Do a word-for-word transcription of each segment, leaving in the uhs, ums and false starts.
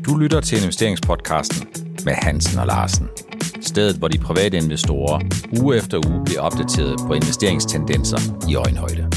Du lytter til investeringspodcasten med Hansen og Larsen. Stedet, hvor de private investorer uge efter uge bliver opdateret på investeringstendenser i øjenhøjde.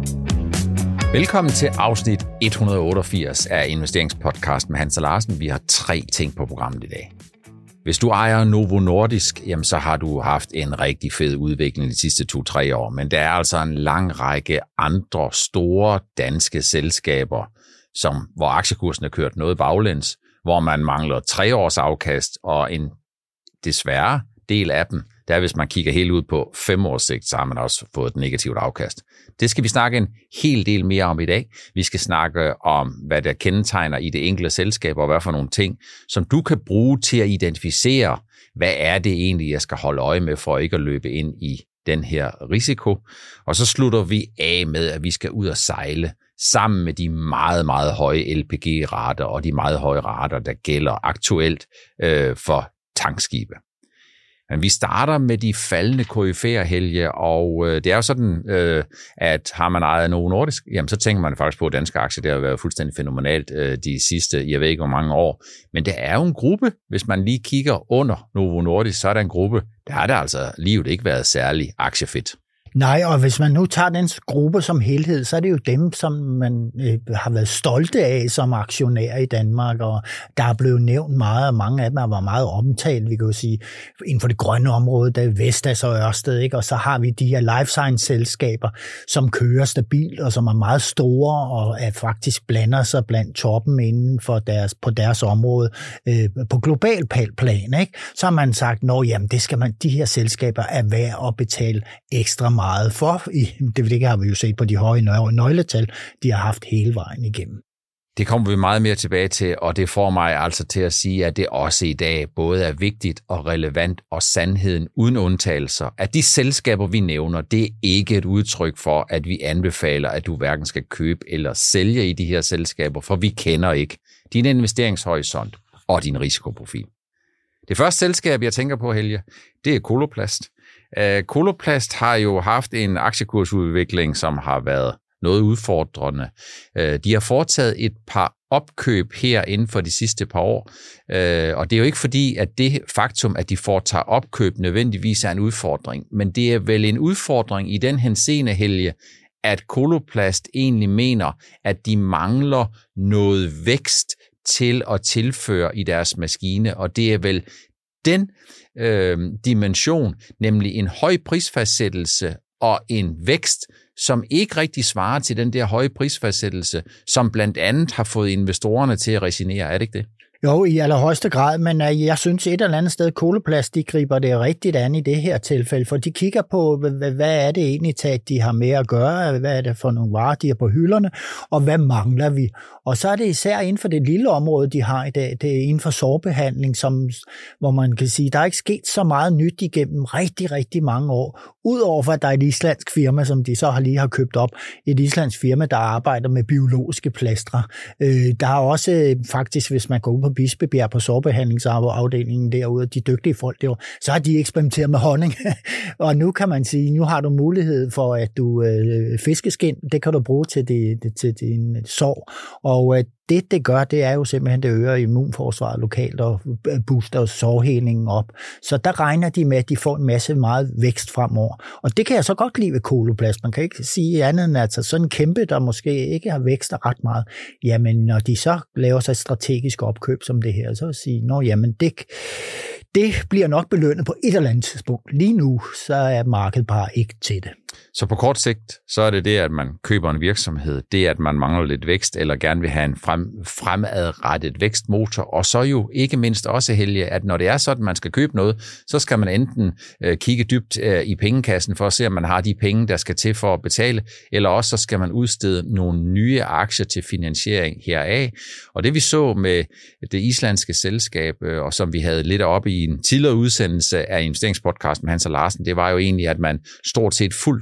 Velkommen til afsnit et hundrede og otteogfirs af investeringspodcasten med Hansen og Larsen. Vi har tre ting på programmet i dag. Hvis du ejer Novo Nordisk, jamen så har du haft en rigtig fed udvikling de sidste to-tre år. Men der er altså en lang række andre store danske selskaber, som, hvor aktiekursen er kørt noget baglæns, hvor man mangler tre års afkast, og en desværre del af dem, der hvis man kigger helt ud på fem års sigt, så har man også fået et negativt afkast. Det skal vi snakke en hel del mere om i dag. Vi skal snakke om, hvad der kendetegner i det enkelte selskab, og hvad for nogle ting, som du kan bruge til at identificere, hvad er det egentlig, jeg skal holde øje med, for ikke at løbe ind i den her risiko. Og så slutter vi af med, at vi skal ud og sejle sammen med de meget, meget høje L P G-rater og de meget høje rater, der gælder aktuelt øh, for tankskibe. Men vi starter med de faldende koryfæer, Helge, og øh, det er jo sådan, øh, at har man ejet Novo Nordisk, jamen så tænker man faktisk på, at danske aktier, det har været fuldstændig fænomenalt øh, de sidste, jeg ved ikke hvor mange år. Men det er jo en gruppe, hvis man lige kigger under Novo Nordisk, så er der en gruppe, der har det altså livet ikke været særlig aktiefedt. Nej, og hvis man nu tager den gruppe som helhed, så er det jo dem, som man øh, har været stolte af som aktionærer i Danmark, og der er blevet nævnt meget, og mange af dem har været meget omtalt, vi kan jo sige, inden for det grønne område, der er Vestas og Ørsted, ikke? Og så har vi de her life science-selskaber, som kører stabilt, og som er meget store, og er faktisk blander sig blandt toppen inden for deres, på deres område øh, på global plan, ikke? Så har man sagt, nå jamen, det skal man, de her selskaber er værd at betale ekstra meget meget for. Det, det har vi jo set på de høje nøgletal, de har haft hele vejen igennem. Det kommer vi meget mere tilbage til, og det får mig altså til at sige, at det også i dag både er vigtigt og relevant og sandheden uden undtagelser, at de selskaber, vi nævner, det er ikke et udtryk for, at vi anbefaler, at du hverken skal købe eller sælge i de her selskaber, for vi kender ikke din investeringshorisont og din risikoprofil. Det første selskab, jeg tænker på, Helge, det er Coloplast. Coloplast har jo haft en aktiekursudvikling, som har været noget udfordrende. De har foretaget et par opkøb her inden for de sidste par år, og det er jo ikke fordi, at det faktum, at de foretager opkøb, nødvendigvis er en udfordring, men det er vel en udfordring i den henseende, Helge, at Coloplast egentlig mener, at de mangler noget vækst til at tilføre i deres maskine, og det er vel den øh, dimension, nemlig en høj prisfastsættelse og en vækst, som ikke rigtig svarer til den der høje prisfastsættelse, som blandt andet har fået investorerne til at resignere. Er det ikke det? Jo, i allerhøjeste grad, men jeg synes et eller andet sted, Coloplast, de griber det rigtigt an i det her tilfælde, for de kigger på, hvad er det egentlig, at de har med at gøre, hvad er det for nogle varer, de er på hylderne, og hvad mangler vi? Og så er det især inden for det lille område, de har i dag, det er inden for sårbehandling, som, hvor man kan sige, der er ikke sket så meget nyt igennem rigtig, rigtig mange år, udover at der er et islandsk firma, som de så har lige har købt op, et islandsk firma, der arbejder med biologiske plastre. Der er også faktisk, hvis man går ud på Bispebjerg på sårbehandlingsafdelingen derude, de dygtige folk derude, så har de eksperimenteret med honning. Og nu kan man sige, nu har du mulighed for, at du øh, fiskeskind, det kan du bruge til, det, til din sår. Og øh, det, det gør, det er jo simpelthen, det øger immunforsvaret lokalt og booster sårhelingen op. Så der regner de med, at de får en masse meget vækst fremover. Og det kan jeg så godt lide ved Coloplast. Man kan ikke sige andet end, at sådan en kæmpe, der måske ikke har vækster ret meget, jamen når de så laver sig et strategisk opkøb som det her, så vil sige, nå jamen det, det bliver nok belønnet på et eller andet tidspunkt. Lige nu, så er markedet bare ikke til det. Så på kort sigt, så er det det, at man køber en virksomhed, det at man mangler lidt vækst, eller gerne vil have en frem, fremadrettet vækstmotor, og så jo ikke mindst også, Helge, at når det er sådan, at man skal købe noget, så skal man enten øh, kigge dybt øh, i pengekassen for at se, om man har de penge, der skal til for at betale, eller også så skal man udstede nogle nye aktier til finansiering heraf. Og det vi så med det islandske selskab, øh, og som vi havde lidt oppe i en tidligere udsendelse af investeringspodcasten med Hansen og Larsen, det var jo egentlig, at man stort set fuldt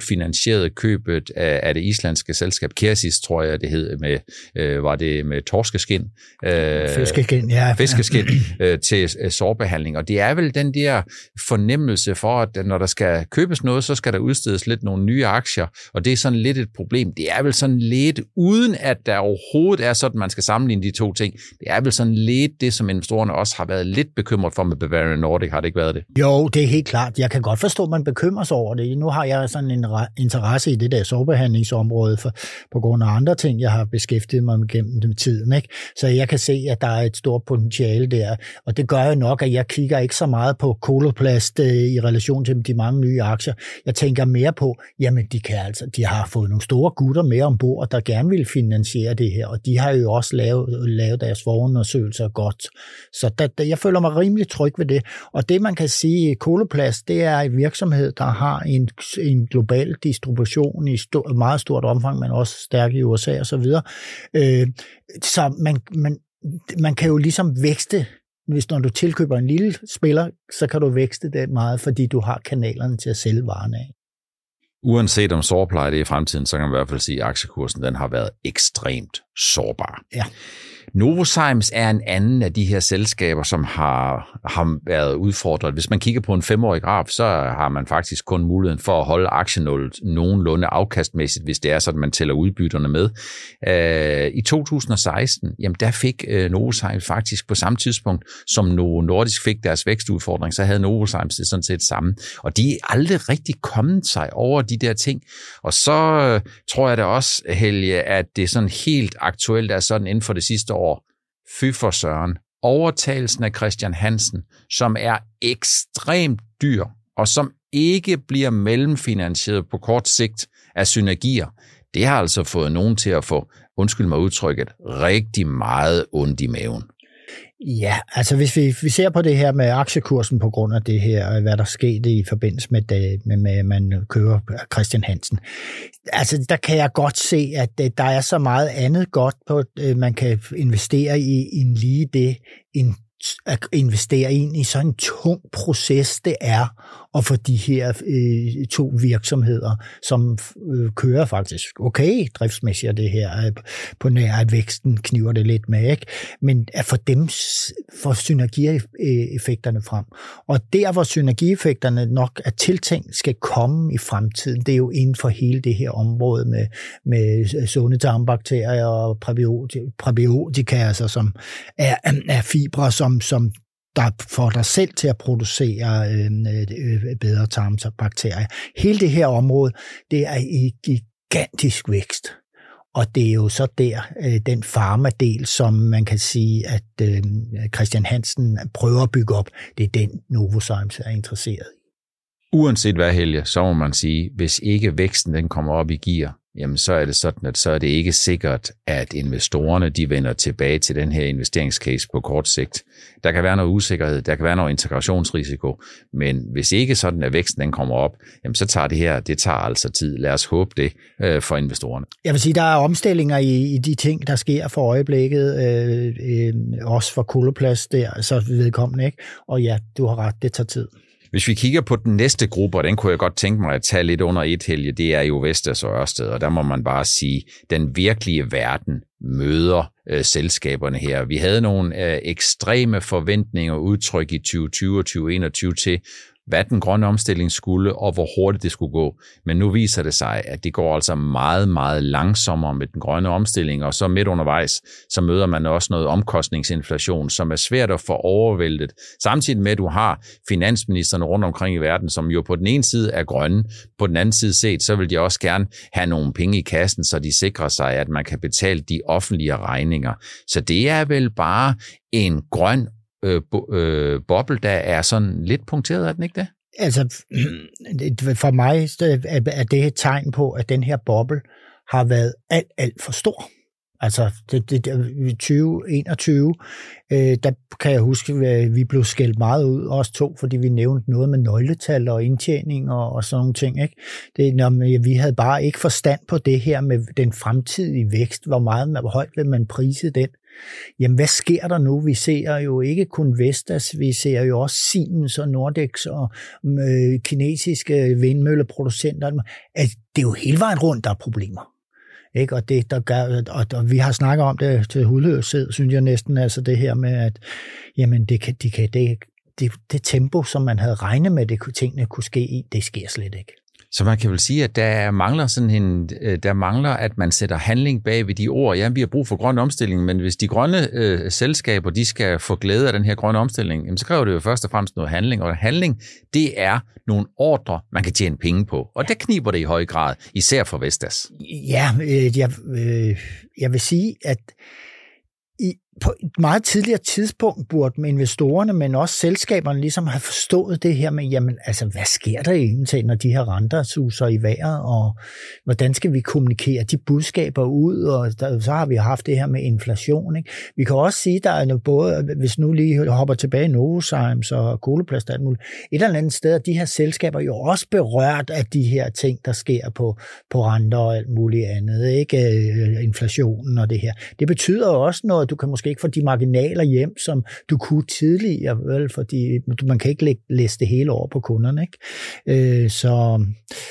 fuldt finansieret købet af, af det islandske selskab Kerecis, tror jeg det hed, med, øh, var det med torskeskin? Øh, fiskeskin, ja. Fiskeskin øh, til øh, sårbehandling. Og det er vel den der fornemmelse for, at når der skal købes noget, så skal der udstedes lidt nogle nye aktier, og det er sådan lidt et problem. Det er vel sådan lidt, uden at der overhovedet er sådan, man skal sammenligne de to ting, det er vel sådan lidt det, som investorerne også har været lidt bekymret for med Bavarian Nordic, har det ikke været det? Jo, det er helt klart. Jeg kan godt forstå, at man bekymrer sig over det. Nu har jeg sådan en interesse i det der sårbehandlingsområde for, på grund af andre ting, jeg har beskæftiget mig med gennem tiden, ikke? Så jeg kan se, at der er et stort potentiale der, og det gør jo nok, at jeg kigger ikke så meget på Coloplast øh, i relation til de mange nye aktier. Jeg tænker mere på, jamen de kan altså, de har fået nogle store gutter med ombord, der gerne vil finansiere det her, og de har jo også lavet, lavet deres forundersøgelser godt. Så der, der, jeg føler mig rimelig tryg ved det. Og det, man kan sige, Coloplast, det er en virksomhed, der har en, en global distribution i stor, meget stort omfang, men også stærk i U S A og så videre. Øh, så man, man, man kan jo ligesom vækste, hvis når du tilkøber en lille spiller, så kan du vækste det meget, fordi du har kanalerne til at sælge varerne af. Uanset om sårpleje det er i fremtiden, så kan man i hvert fald sige, at aktiekursen den har været ekstremt sårbar. Ja. Novozymes er en anden af de her selskaber, som har, har været udfordret. Hvis man kigger på en femårig graf, så har man faktisk kun muligheden for at holde aktienullet nogenlunde afkastmæssigt, hvis det er sådan, man tæller udbytterne med. Øh, I to tusind og seksten, jamen der fik øh, Novozymes faktisk på samme tidspunkt, som Novo Nordisk fik deres vækstudfordring, så havde Novozymes det sådan set samme. Og de er aldrig rigtig kommet sig over de der ting. Og så øh, tror jeg da også, Helge, at det sådan helt aktuelt er sådan inden for det sidste år, fy for søren, overtagelsen af Christian Hansen, som er ekstremt dyr, og som ikke bliver mellemfinansieret på kort sigt af synergier, det har altså fået nogen til at få, undskyld mig udtrykket, rigtig meget ondt i maven. Ja, altså hvis vi, vi ser på det her med aktiekursen på grund af det her, hvad der skete i forbindelse med, det, med, med at man kører Christian Hansen. Altså der kan jeg godt se, at der er så meget andet godt på, man kan investere i end lige det, en at investere ind i sådan en tung proces, det er at få de her øh, to virksomheder, som øh, kører faktisk okay driftsmæssigt det her, øh, på nær at væksten kniver det lidt med, ikke? Men at få dem, for synergieffekterne frem. Og der, hvor synergieffekterne nok er tiltænkt, skal komme i fremtiden, det er jo inden for hele det her område med, med sunde tarmbakterier og præbiotika, altså som er, er fibre, som, som der får dig selv til at producere øh, bedre tarmbakterier. Hele det her område, det er i gigantisk vækst. Og det er jo så der, øh, den farmadel, som man kan sige, at øh, Christian Hansen prøver at bygge op, det er den Novozymes er interesseret i. Uanset hvad, Helge, så må man sige, hvis ikke væksten den kommer op i gear, jamen så er det sådan, at så er det ikke sikkert, at investorerne de vender tilbage til den her investeringscase på kort sigt. Der kan være noget usikkerhed, der kan være noget integrationsrisiko, men hvis ikke sådan, at væksten den kommer op, jamen så tager det her, det tager altså tid. Lad os håbe det øh, for investorerne. Jeg vil sige, der er omstillinger i, i de ting, der sker for øjeblikket, øh, øh, også for Coloplast der, så vedkommende, ikke? Og ja, du har ret, det tager tid. Hvis vi kigger på den næste gruppe, og den kunne jeg godt tænke mig at tage lidt under et, Helge, det er jo Vestas og Ørsted, og der må man bare sige, den virkelige verden møder øh, selskaberne her. Vi havde nogle øh, ekstreme forventninger og udtryk i tyve tyve og tyve enogtyve til, hvad den grønne omstilling skulle, og hvor hurtigt det skulle gå. Men nu viser det sig, at det går altså meget, meget langsommere med den grønne omstilling, og så midt undervejs, så møder man også noget omkostningsinflation, som er svært at få overvældet. Samtidig med, at du har finansministerne rundt omkring i verden, som jo på den ene side er grønne, på den anden side set, så vil de også gerne have nogle penge i kassen, så de sikrer sig, at man kan betale de offentlige regninger. Så det er vel bare en grøn Øh, bo, øh, boble, der er sådan lidt punkteret, er den ikke det? Altså, for mig er det et tegn på, at den her boble har været alt, alt for stor. Altså, det, det, i tyve enogtyve, øh, der kan jeg huske, at vi blev skældt meget ud, os to, fordi vi nævnte noget med nøgletal og indtjening og, og sådan nogle ting, ikke? Det, når, vi havde bare ikke forstand på det her med den fremtidige vækst, hvor meget, hvor højt vil man prise den. Jamen, hvad sker der nu? Vi ser jo ikke kun Vestas, vi ser jo også Siemens og Nordex og øh, kinesiske vindmølleproducenter. Altså, det er jo hele vejen rundt, der er problemer. Ikke? Og, det, der gør, og, og vi har snakket om det til hudløshed, synes jeg næsten, altså det her med, at jamen, det, kan, de kan, det, det, det tempo, som man havde regnet med, det tingene kunne ske i, det sker slet ikke. Så man kan vel sige, at der mangler sådan en, der mangler, at man sætter handling bag ved de ord. Ja, vi har brug for grøn omstilling, men hvis de grønne øh, selskaber, de skal få glæde af den her grønne omstilling, jamen, så kræver det jo først og fremmest noget handling. Og handling, det er nogle ordre, man kan tjene penge på. Og der kniber det i høj grad, især for Vestas. Ja, øh, jeg, øh, jeg vil sige, at i, på et meget tidligere tidspunkt burde investorerne, men også selskaberne ligesom have forstået det her med, jamen altså, hvad sker der egentlig, når de her renter suser i vejret, og hvordan skal vi kommunikere de budskaber ud, og der, så har vi haft det her med inflation, ikke? Vi kan også sige, der er både, hvis nu lige hopper tilbage i Novozymes og Coloplast og alt muligt, et eller andet sted, de her selskaber er jo også berørt af de her ting, der sker på, på renter og alt muligt andet, ikke? Inflationen og det her. Det betyder jo også noget, du kan måske ikke få de marginaler hjem, som du kunne tidligere, vel, fordi man kan ikke læse det hele over på kunderne, ikke? Øh, så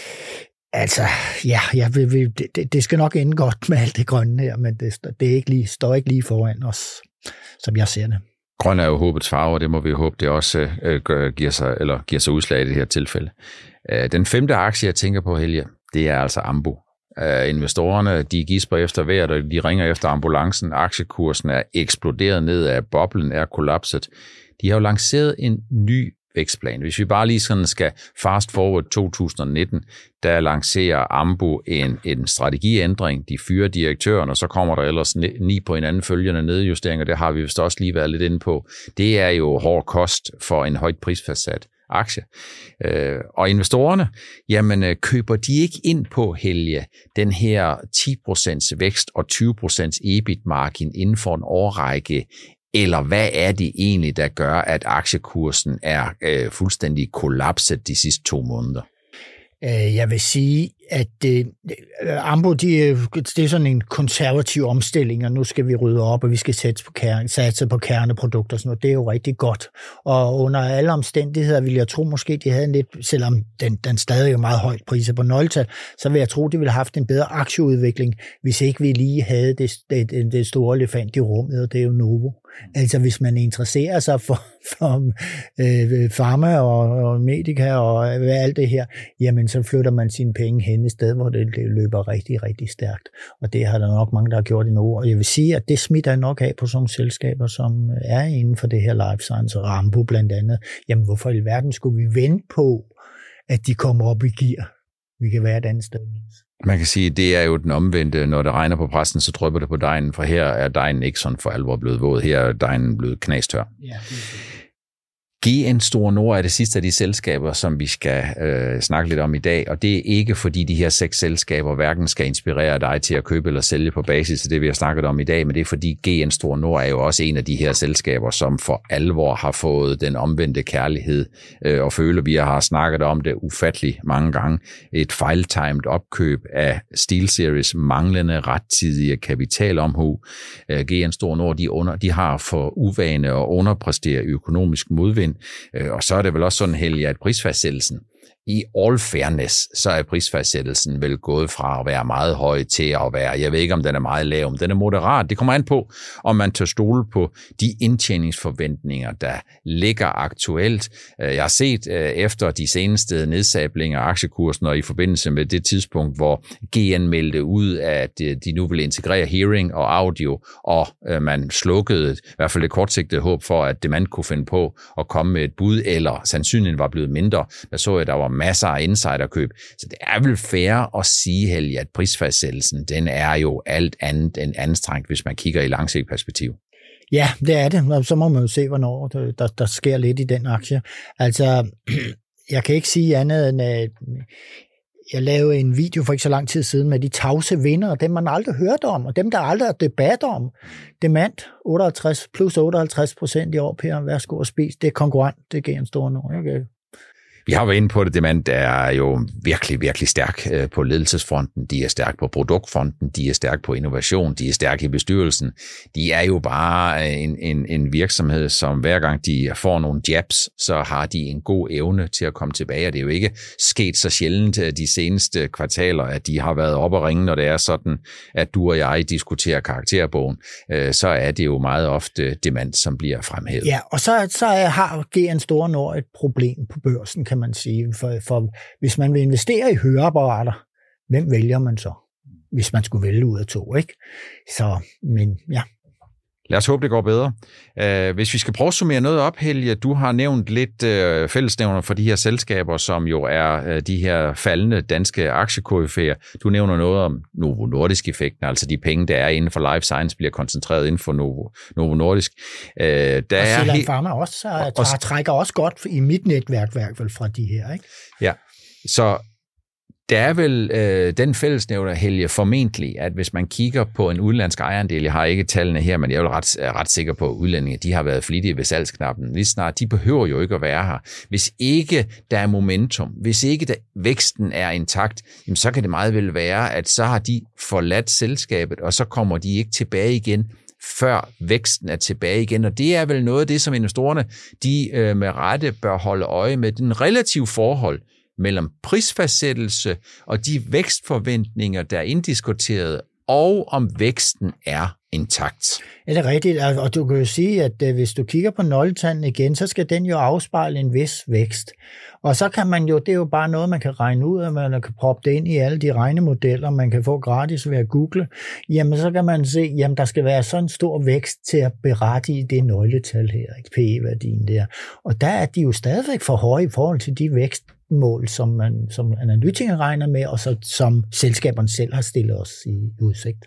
altså, ja, jeg vil, vil, det, det skal nok ende godt med alt det grønne her, men det, det er ikke lige, står ikke lige foran os, som jeg ser det. Grøn er jo håbets farve, og det må vi håbe, det også øh, gør, giver, sig, eller giver sig udslag i det her tilfælde. Øh, den femte aktie, jeg tænker på, Helge, det er altså Ambu. Uh, investorerne, de gisper efter vejret, og de ringer efter ambulancen. Aktiekursen er eksploderet ned af, boblen er kollapset. De har jo lanceret en ny vækstplan. Hvis vi bare lige sådan skal fast forward to tusind nitten, der lancerer Ambu en, en strategiændring. De fyrer direktøren, og så kommer der ellers ni på hinanden følgende nedjusteringer. Det har vi vist også lige været lidt inde på. Det er jo hård kost for en højt prisfastsat aktie. Øh, og investorerne, jamen køber de ikke ind på, Helge, den her ti procent vækst og tyve procent E B I T-margin inden for en årrække, eller hvad er det egentlig, der gør, at aktiekursen er øh, fuldstændig kollapset de sidste to måneder? Jeg vil sige, at det, Ambu, de, det er sådan en konservativ omstilling, og nu skal vi rydde op, og vi skal sætte på kerne, satse på kerneprodukter og sådan noget. Det er jo rigtig godt. Og under alle omstændigheder vil jeg tro, måske de havde en lidt, selvom den, den stadig er meget højt priser på nøgletal, så vil jeg tro, de ville have haft en bedre aktieudvikling, hvis ikke vi lige havde det, det, det store elefant i rummet, og det er jo Novo. Altså hvis man interesserer sig for, for øh, pharma og, og medica og alt det her, jamen så flytter man sine penge hen et sted, hvor det, det løber rigtig, rigtig stærkt. Og det har der nok mange, der har gjort i Novo. Og jeg vil sige, at det smitter nok af på sådan nogle selskaber, som er inden for det her life science, og Ambu blandt andet. Jamen hvorfor i verden skulle vi vente på, at de kommer op i gear? Vi kan være et andet sted. Man kan sige, at det er jo den omvendte. Når det regner på præsten, så drypper det på dejen, for her er dejen ikke sådan for alvor blevet våd. Her er dejen blevet knastør. Ja, G N Store Nord er det sidste af de selskaber, som vi skal øh, snakke lidt om i dag, og det er ikke fordi de her seks selskaber hverken skal inspirere dig til at købe eller sælge på basis af det, vi har snakket om i dag, men det er fordi G N Store Nord er jo også en af de her selskaber, som for alvor har fået den omvendte kærlighed øh, og føler, vi har snakket om det ufattelig mange gange. Et fejltimet opkøb af SteelSeries manglende rettidige kapitalomhu. Øh, G N Store Nord, de, under, de har for uvane og underpræstere økonomisk modvind. Og så er det vel også sådan, Helge, at prisfastsættelsen, i all fairness, så er prisfastsættelsen vel gået fra at være meget høj til at være, jeg ved ikke, om den er meget lav, men den er moderat. Det kommer an på, om man tør stole på de indtjeningsforventninger, der ligger aktuelt. Jeg har set efter de seneste nedsablinger af aktiekursen, og i forbindelse med det tidspunkt, hvor G N meldte ud, at de nu vil integrere hearing og audio, og man slukkede i hvert fald et kortsigtet håb for, at demand kunne finde på at komme med et bud, eller sandsynligheden var blevet mindre. Der så jeg, der var masser af insiderkøb. Så det er vel fair at sige, Helge, at prisfastsættelsen, den er jo alt andet end anstrengt, hvis man kigger i langsigtet perspektiv. Ja, det er det. Og så må man jo se, hvornår der, der, der sker lidt i den aktie. Altså, jeg kan ikke sige andet end, at jeg lavede en video for ikke så lang tid siden med de tavse vinder, dem man aldrig hørte om, og dem, der aldrig har debat om. Demand, otteoghalvtreds, plus otteoghalvtreds procent i år, Per. Værsgo og spis. Det er konkurrent, det giver en stor nummer. Okay. Vi har været inde på det, Demant er jo virkelig, virkelig stærk på ledelsesfronten, de er stærk på produktfronten, de er stærk på innovation, de er stærke i bestyrelsen. De er jo bare en, en, en virksomhed, som hver gang de får nogle jabs, så har de en god evne til at komme tilbage, og det er jo ikke sket så sjældent de seneste kvartaler, at de har været oppe og ringe, når det er sådan, at du og jeg diskuterer karakterbogen, så er det jo meget ofte Demant, som bliver fremhævet. Ja, og så, så har G N Store Nord et problem på børsen, kan man sige. For, for hvis man vil investere i høreapparater, hvem vælger man så? Hvis man skulle vælge ud af to, ikke? Så, men ja. Lad os håbe, det går bedre. Hvis vi skal prøve at summere noget op, Helge, du har nævnt lidt fællesnævner for de her selskaber, som jo er de her faldende danske aktiekurver. Du nævner noget om Novo Nordisk-effekten, altså de penge, der er inden for life science, bliver koncentreret inden for Novo, Novo Nordisk. Der og Zealand he- Pharma også, og, og, trækker også godt i mit netværk i hvert fald fra de her, ikke? Ja, så der er vel øh, den fællesnævner, Helge, formentlig, at hvis man kigger på en udenlandsk ejerandel, jeg har ikke tallene her, men jeg er jo ret, er ret sikker på, at udlændinge, de har været flittige ved salgsknappen. Lige snart, de behøver jo ikke at være her. Hvis ikke der er momentum, hvis ikke der, væksten er intakt, jamen, så kan det meget vel være, at så har de forladt selskabet, og så kommer de ikke tilbage igen, før væksten er tilbage igen. Og det er vel noget af det, som investorerne, de øh, med rette bør holde øje med. Den relative forhold mellem prisfastsættelse og de vækstforventninger, der er inddiskuteret, og om væksten er intakt. Ja, det er rigtigt, og du kan jo sige, at hvis du kigger på nøgletallene igen, så skal den jo afspejle en vis vækst. Og så kan man jo, det er jo bare noget, man kan regne ud, at man kan proppe det ind i alle de regnemodeller, man kan få gratis ved at google. Jamen, så kan man se, jamen, der skal være sådan en stor vækst til at berettige det nøgletal her, ikke? P E-værdien der. Og der er de jo stadigvæk for høje i forhold til de vækst mål, som, man, som analytikere regner med, og så, som selskaberne selv har stillet os i udsigt.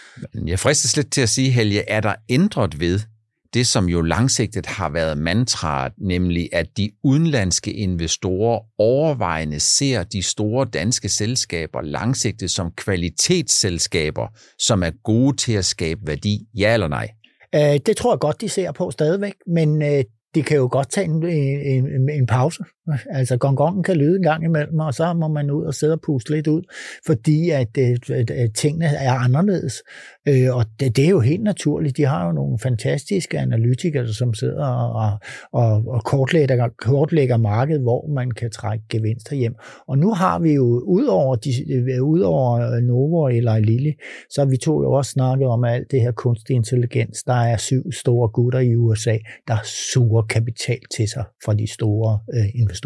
Jeg fristes lidt til at sige, Helge, er der ændret ved det, som jo langsigtet har været mantraet, nemlig at de udenlandske investorer overvejende ser de store danske selskaber langsigtet som kvalitetsselskaber, som er gode til at skabe værdi, ja eller nej? Det tror jeg godt, de ser på stadigvæk, men de kan jo godt tage en, en, en pause. Altså gongongen kan lyde en gang imellem, og så må man ud og sidde og puste lidt ud, fordi at, at, at tingene er anderledes. Øh, og det, det er jo helt naturligt. De har jo nogle fantastiske analytikere, som sidder og, og, og kortlægger, kortlægger markedet, hvor man kan trække gevinster hjem. Og nu har vi jo, udover, de, udover Novo eller Lilly, så har vi to jo også snakket om alt det her kunstig intelligens. Der er syv store gutter i U S A, der suger kapital til sig fra de store øh, investorer.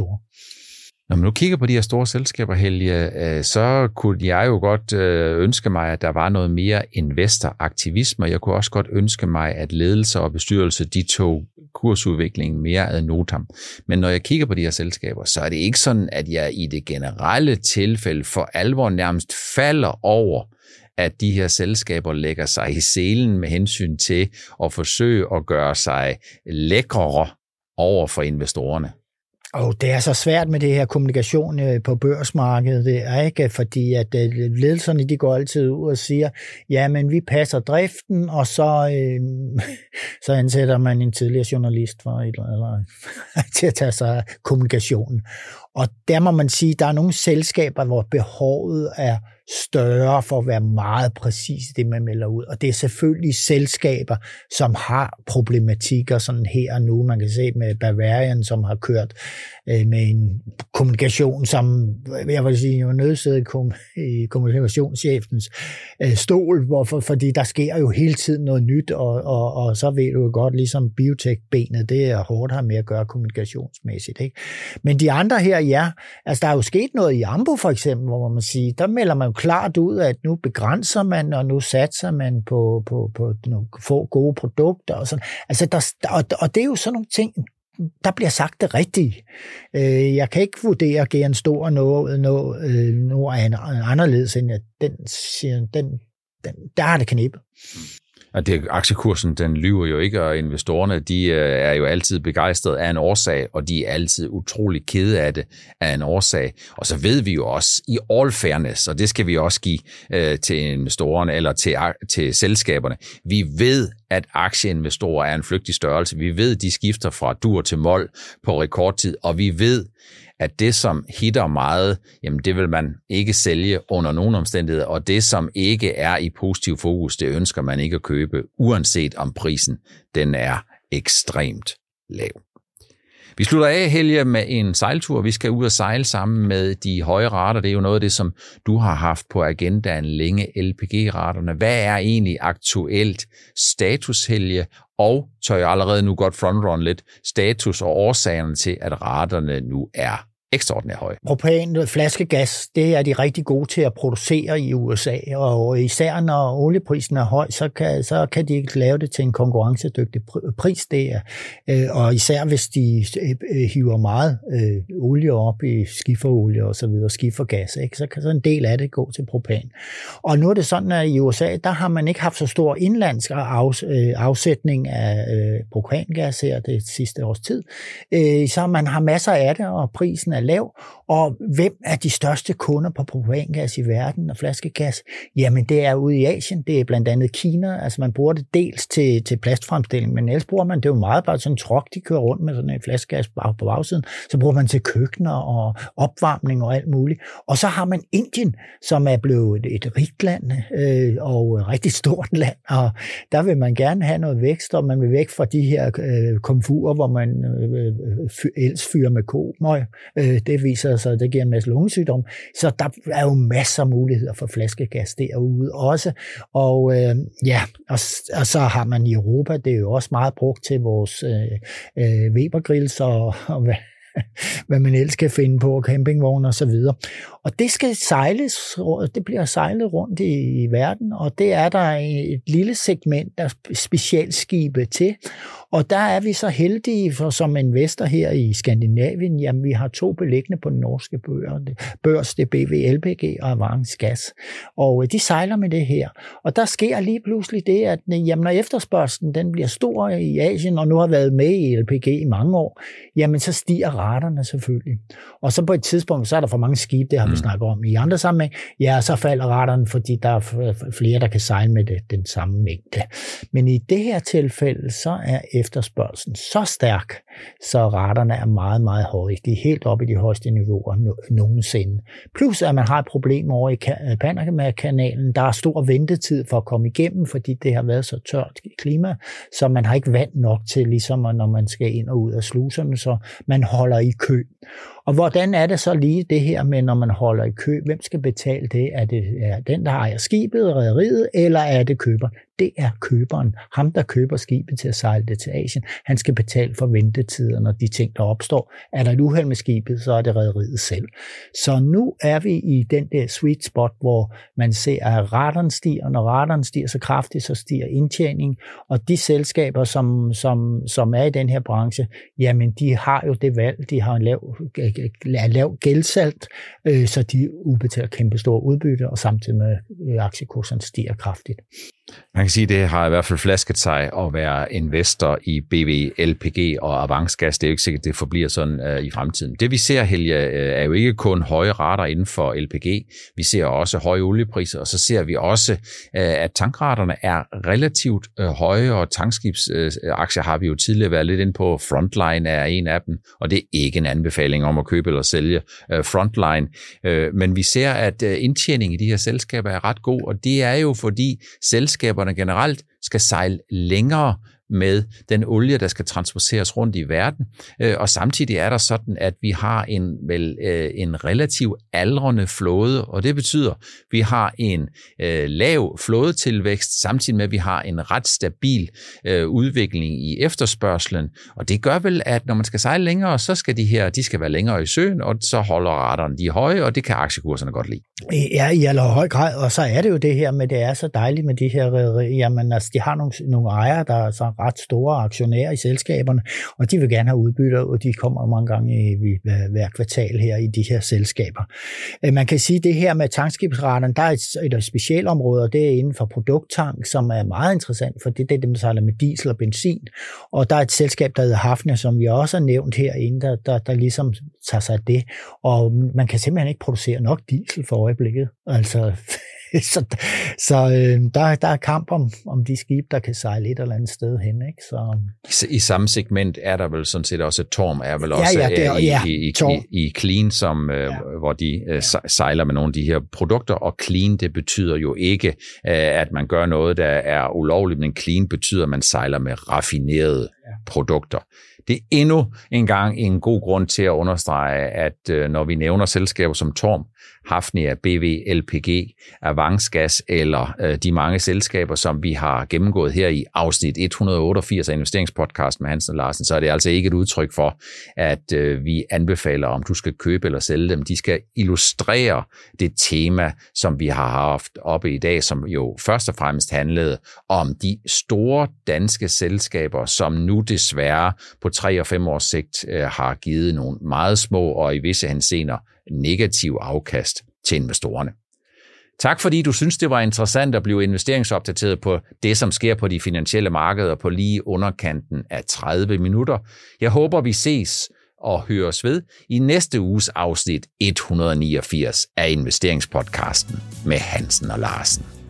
Når man nu kigger på de her store selskaber, Helge, så kunne jeg jo godt ønske mig, at der var noget mere investoraktivisme. Jeg kunne også godt ønske mig, at ledelse og bestyrelse, de tog kursudviklingen mere ad notam. Men når jeg kigger på de her selskaber, så er det ikke sådan, at jeg i det generelle tilfælde for alvor nærmest falder over, at de her selskaber lægger sig i selen med hensyn til at forsøge at gøre sig lækrere over for investorerne. Og det er så svært med det her kommunikation på børsmarkedet, det er ikke, fordi at ledelserne, de går altid ud og siger, ja, men vi passer driften, og så, øh, så ansætter man en tidligere journalist for et eller andet, til at tage sig af kommunikationen. Og der må man sige, at der er nogle selskaber, hvor behovet er større for at være meget præcis det, man melder ud. Og det er selvfølgelig selskaber, som har problematikker sådan her og nu. Man kan se med Bavarian, som har kørt øh, med en kommunikation, som jeg vil sige, jo nødsiddet i kommunikationschefens øh, stol, hvorfor, fordi der sker jo hele tiden noget nyt, og, og, og så ved du jo godt, ligesom biotech-benet, det er hårdt her med at gøre kommunikationsmæssigt. Ikke? Men de andre her, ja, altså der er jo sket noget i Ambu for eksempel, hvor man siger, der melder man jo klart ud, at nu begrænser man, og nu satser man på, på, på nogle få gode produkter og sådan. Altså der, og, og det er jo sådan nogle ting, der bliver sagt det rigtige. Jeg kan ikke vurdere, at en stor noget, noget, noget er anderledes, end at den, den, den, der er det knæppet. Og det, aktiekursen, den lyver jo ikke, og investorerne, de er jo altid begejstrede af en årsag, og de er altid utrolig kede af det af en årsag. Og så ved vi jo også i all fairness, og det skal vi også give øh, til investorerne eller til, til selskaberne. Vi ved, at aktieinvestorer er en flygtig størrelse. Vi ved, de skifter fra dur til mol på rekordtid, og vi ved, at det, som hitter meget, jamen det vil man ikke sælge under nogen omstændigheder, og det, som ikke er i positiv fokus, det ønsker man ikke at købe, uanset om prisen den er ekstremt lav. Vi slutter af, Helge, med en sejltur. Vi skal ud og sejle sammen med de høje rater. Det er jo noget af det, som du har haft på agendaen længe, L P G-raterne. Hvad er egentlig aktuelt status, Helge? Og tør jeg allerede nu godt frontrun lidt status og årsagerne til, at raterne nu er ekstraordinært høje. Propan, flaskegas, det er de rigtig gode til at producere i U S A, og især når olieprisen er høj, så kan, så kan de ikke lave det til en konkurrencedygtig pris. Det er, og især hvis de hiver meget øh, olie op i skiferolie og så videre, skifergas, ikke? Så kan så en del af det gå til propan. Og nu er det sådan, at i U S A, der har man ikke haft så stor indlandsk afs, øh, afsætning af øh, propangas her det sidste års tid. Øh, så man har masser af det, og prisen er lav, og hvem er de største kunder på propangas i verden og flaskegas? Jamen det er ude i Asien, det er blandt andet Kina, altså man bruger det dels til, til plastfremstilling, men ellers bruger man det jo meget bare sådan en truck, de kører rundt med sådan en flaskegas på bagsiden, så bruger man til køkkener og opvarmning og alt muligt. Og så har man Indien, som er blevet et rigt land øh, og et rigtig stort land, og der vil man gerne have noget vækst, og man vil væk fra de her øh, komfurer, hvor man øh, ellers fyrer med komøg. Øh, det viser sig, at det giver en masse lungesygdom. Så der er jo masser af muligheder for flaskegas derude også. Og øh, ja, og, og så har man i Europa, det er jo også meget brugt til vores øh, øh, Weber-grills og, og hvad, hvad man ellers kan finde på, campingvogne og så videre. Og det skal sejles, det bliver sejlet rundt i, i verden, og det er der et lille segment af specialskibe til. Og der er vi så heldige, for som investor her i Skandinavien, jamen vi har to beliggende på den norske børs, det er B V L P G og Avance Gas. Og de sejler med det her. Og der sker lige pludselig det, at jamen, når efterspørgslen den bliver stor i Asien, og nu har været med i L P G i mange år, jamen så stiger raterne selvfølgelig. Og så på et tidspunkt, så er der for mange skibe, det har vi snakket om i andre sammenhæng, ja, så falder raterne, fordi der er flere, der kan sejle med det, den samme mængde. Men i det her tilfælde, så er efterspørgselen så stærk, så raterne er meget, meget høje. De er helt oppe i de højeste niveauer nogensinde. Plus, at man har et problem over i Panama-kanalen. Der er stor ventetid for at komme igennem, fordi det har været så tørt klima, så man har ikke vand nok til, ligesom når man skal ind og ud af sluserne, så man holder i kø. Og hvordan er det så lige det her med, når man holder i kø? Hvem skal betale det? Er det er den, der ejer skibet, rederiet, eller er det køberen? Det er køberen. Ham, der køber skibet til at sejle det til Asien. Han skal betale for ventetiderne og de ting, der opstår. Er der et uheld med skibet, så er det rederiet selv. Så nu er vi i den der sweet spot, hvor man ser, at raterne stiger. Når raterne stiger så kraftigt, så stiger indtjening. Og de selskaber, som, som, som er i den her branche, jamen de har jo det valg. De har en lav, lav gældsalt, øh, så de udbetaler kæmpe store udbytte, og samtidig med øh, aktiekurserne stiger kraftigt. Man kan sige, at det har i hvert fald flasket sig at være investor i B V L P G og Avance Gas. Det er jo ikke sikkert, at det forbliver sådan uh, i fremtiden. Det vi ser, Helge, er jo ikke kun høje rater inden for L P G. Vi ser også høje oliepriser, og så ser vi også, uh, at tankraterne er relativt uh, høje, og tankskibsaktier uh, har vi jo tidligere været lidt inde på. Frontline er en af dem, og det er ikke en anbefaling om at købe eller sælge uh, Frontline. Uh, men vi ser, at uh, indtjeningen i de her selskaber er ret god, og det er jo fordi selskaberne generelt skal sejle længere med den olie, der skal transporteres rundt i verden. Og samtidig er der sådan, at vi har en, vel, en relativt aldrende flåde, og det betyder, at vi har en øh, lav flådetilvækst, samtidig med, at vi har en ret stabil øh, udvikling i efterspørgselen. Og det gør vel, at når man skal sejle længere, så skal de her, de skal være længere i søen, og så holder raterne de høje, og det kan aktiekurserne godt lide. Ja, i allerhøj grad, og så er det jo det her med, det er så dejligt med de her rederier. Jamen, altså, de har nogle, nogle ejere, der er så ret store aktionærer i selskaberne, og de vil gerne have udbytter, og de kommer mange gange i, i hver kvartal her i de her selskaber. Man kan sige, at det her med tankskibsraterne, der er et, et specialområde, og det er inden for produkttank, som er meget interessant, for det er dem, der sejler med diesel og benzin, og der er et selskab, der hedder Hafnia, som vi også har nævnt herinde, der, der, der ligesom tager sig af det, og man kan simpelthen ikke producere nok diesel for øjeblikket. Altså, så så øh, der, der er kamp om, om de skibe, der kan sejle et eller andet sted hen. Ikke? Så... I, I samme segment er der vel sådan set også, Torm er vel også ja, ja, det er, i, ja, i, i, i Clean, som, ja. øh, hvor de øh, sejler med nogle af de her produkter, og Clean, det betyder jo ikke, øh, at man gør noget, der er ulovligt, men Clean betyder, at man sejler med raffinerede ja. produkter. Det er endnu en gang en god grund til at understrege, at øh, når vi nævner selskaber som Torm, Hafnia, B V, L P G, Avansgas eller øh, de mange selskaber, som vi har gennemgået her i afsnit et hundrede og otteogfirs af Investeringspodcast med Hansen og Larsen, så er det altså ikke et udtryk for, at øh, vi anbefaler, om du skal købe eller sælge dem. De skal illustrere det tema, som vi har haft oppe i dag, som jo først og fremmest handlede om de store danske selskaber, som nu desværre på tre og fem års sigt øh, har givet nogle meget små og i visse henseender negativ afkast til investorerne. Tak fordi du synes, det var interessant at blive investeringsopdateret på det, som sker på de finansielle markeder på lige underkanten af tredive minutter. Jeg håber, vi ses og høres ved i næste uges afsnit et hundrede og niogfirs af Investeringspodcasten med Hansen og Larsen.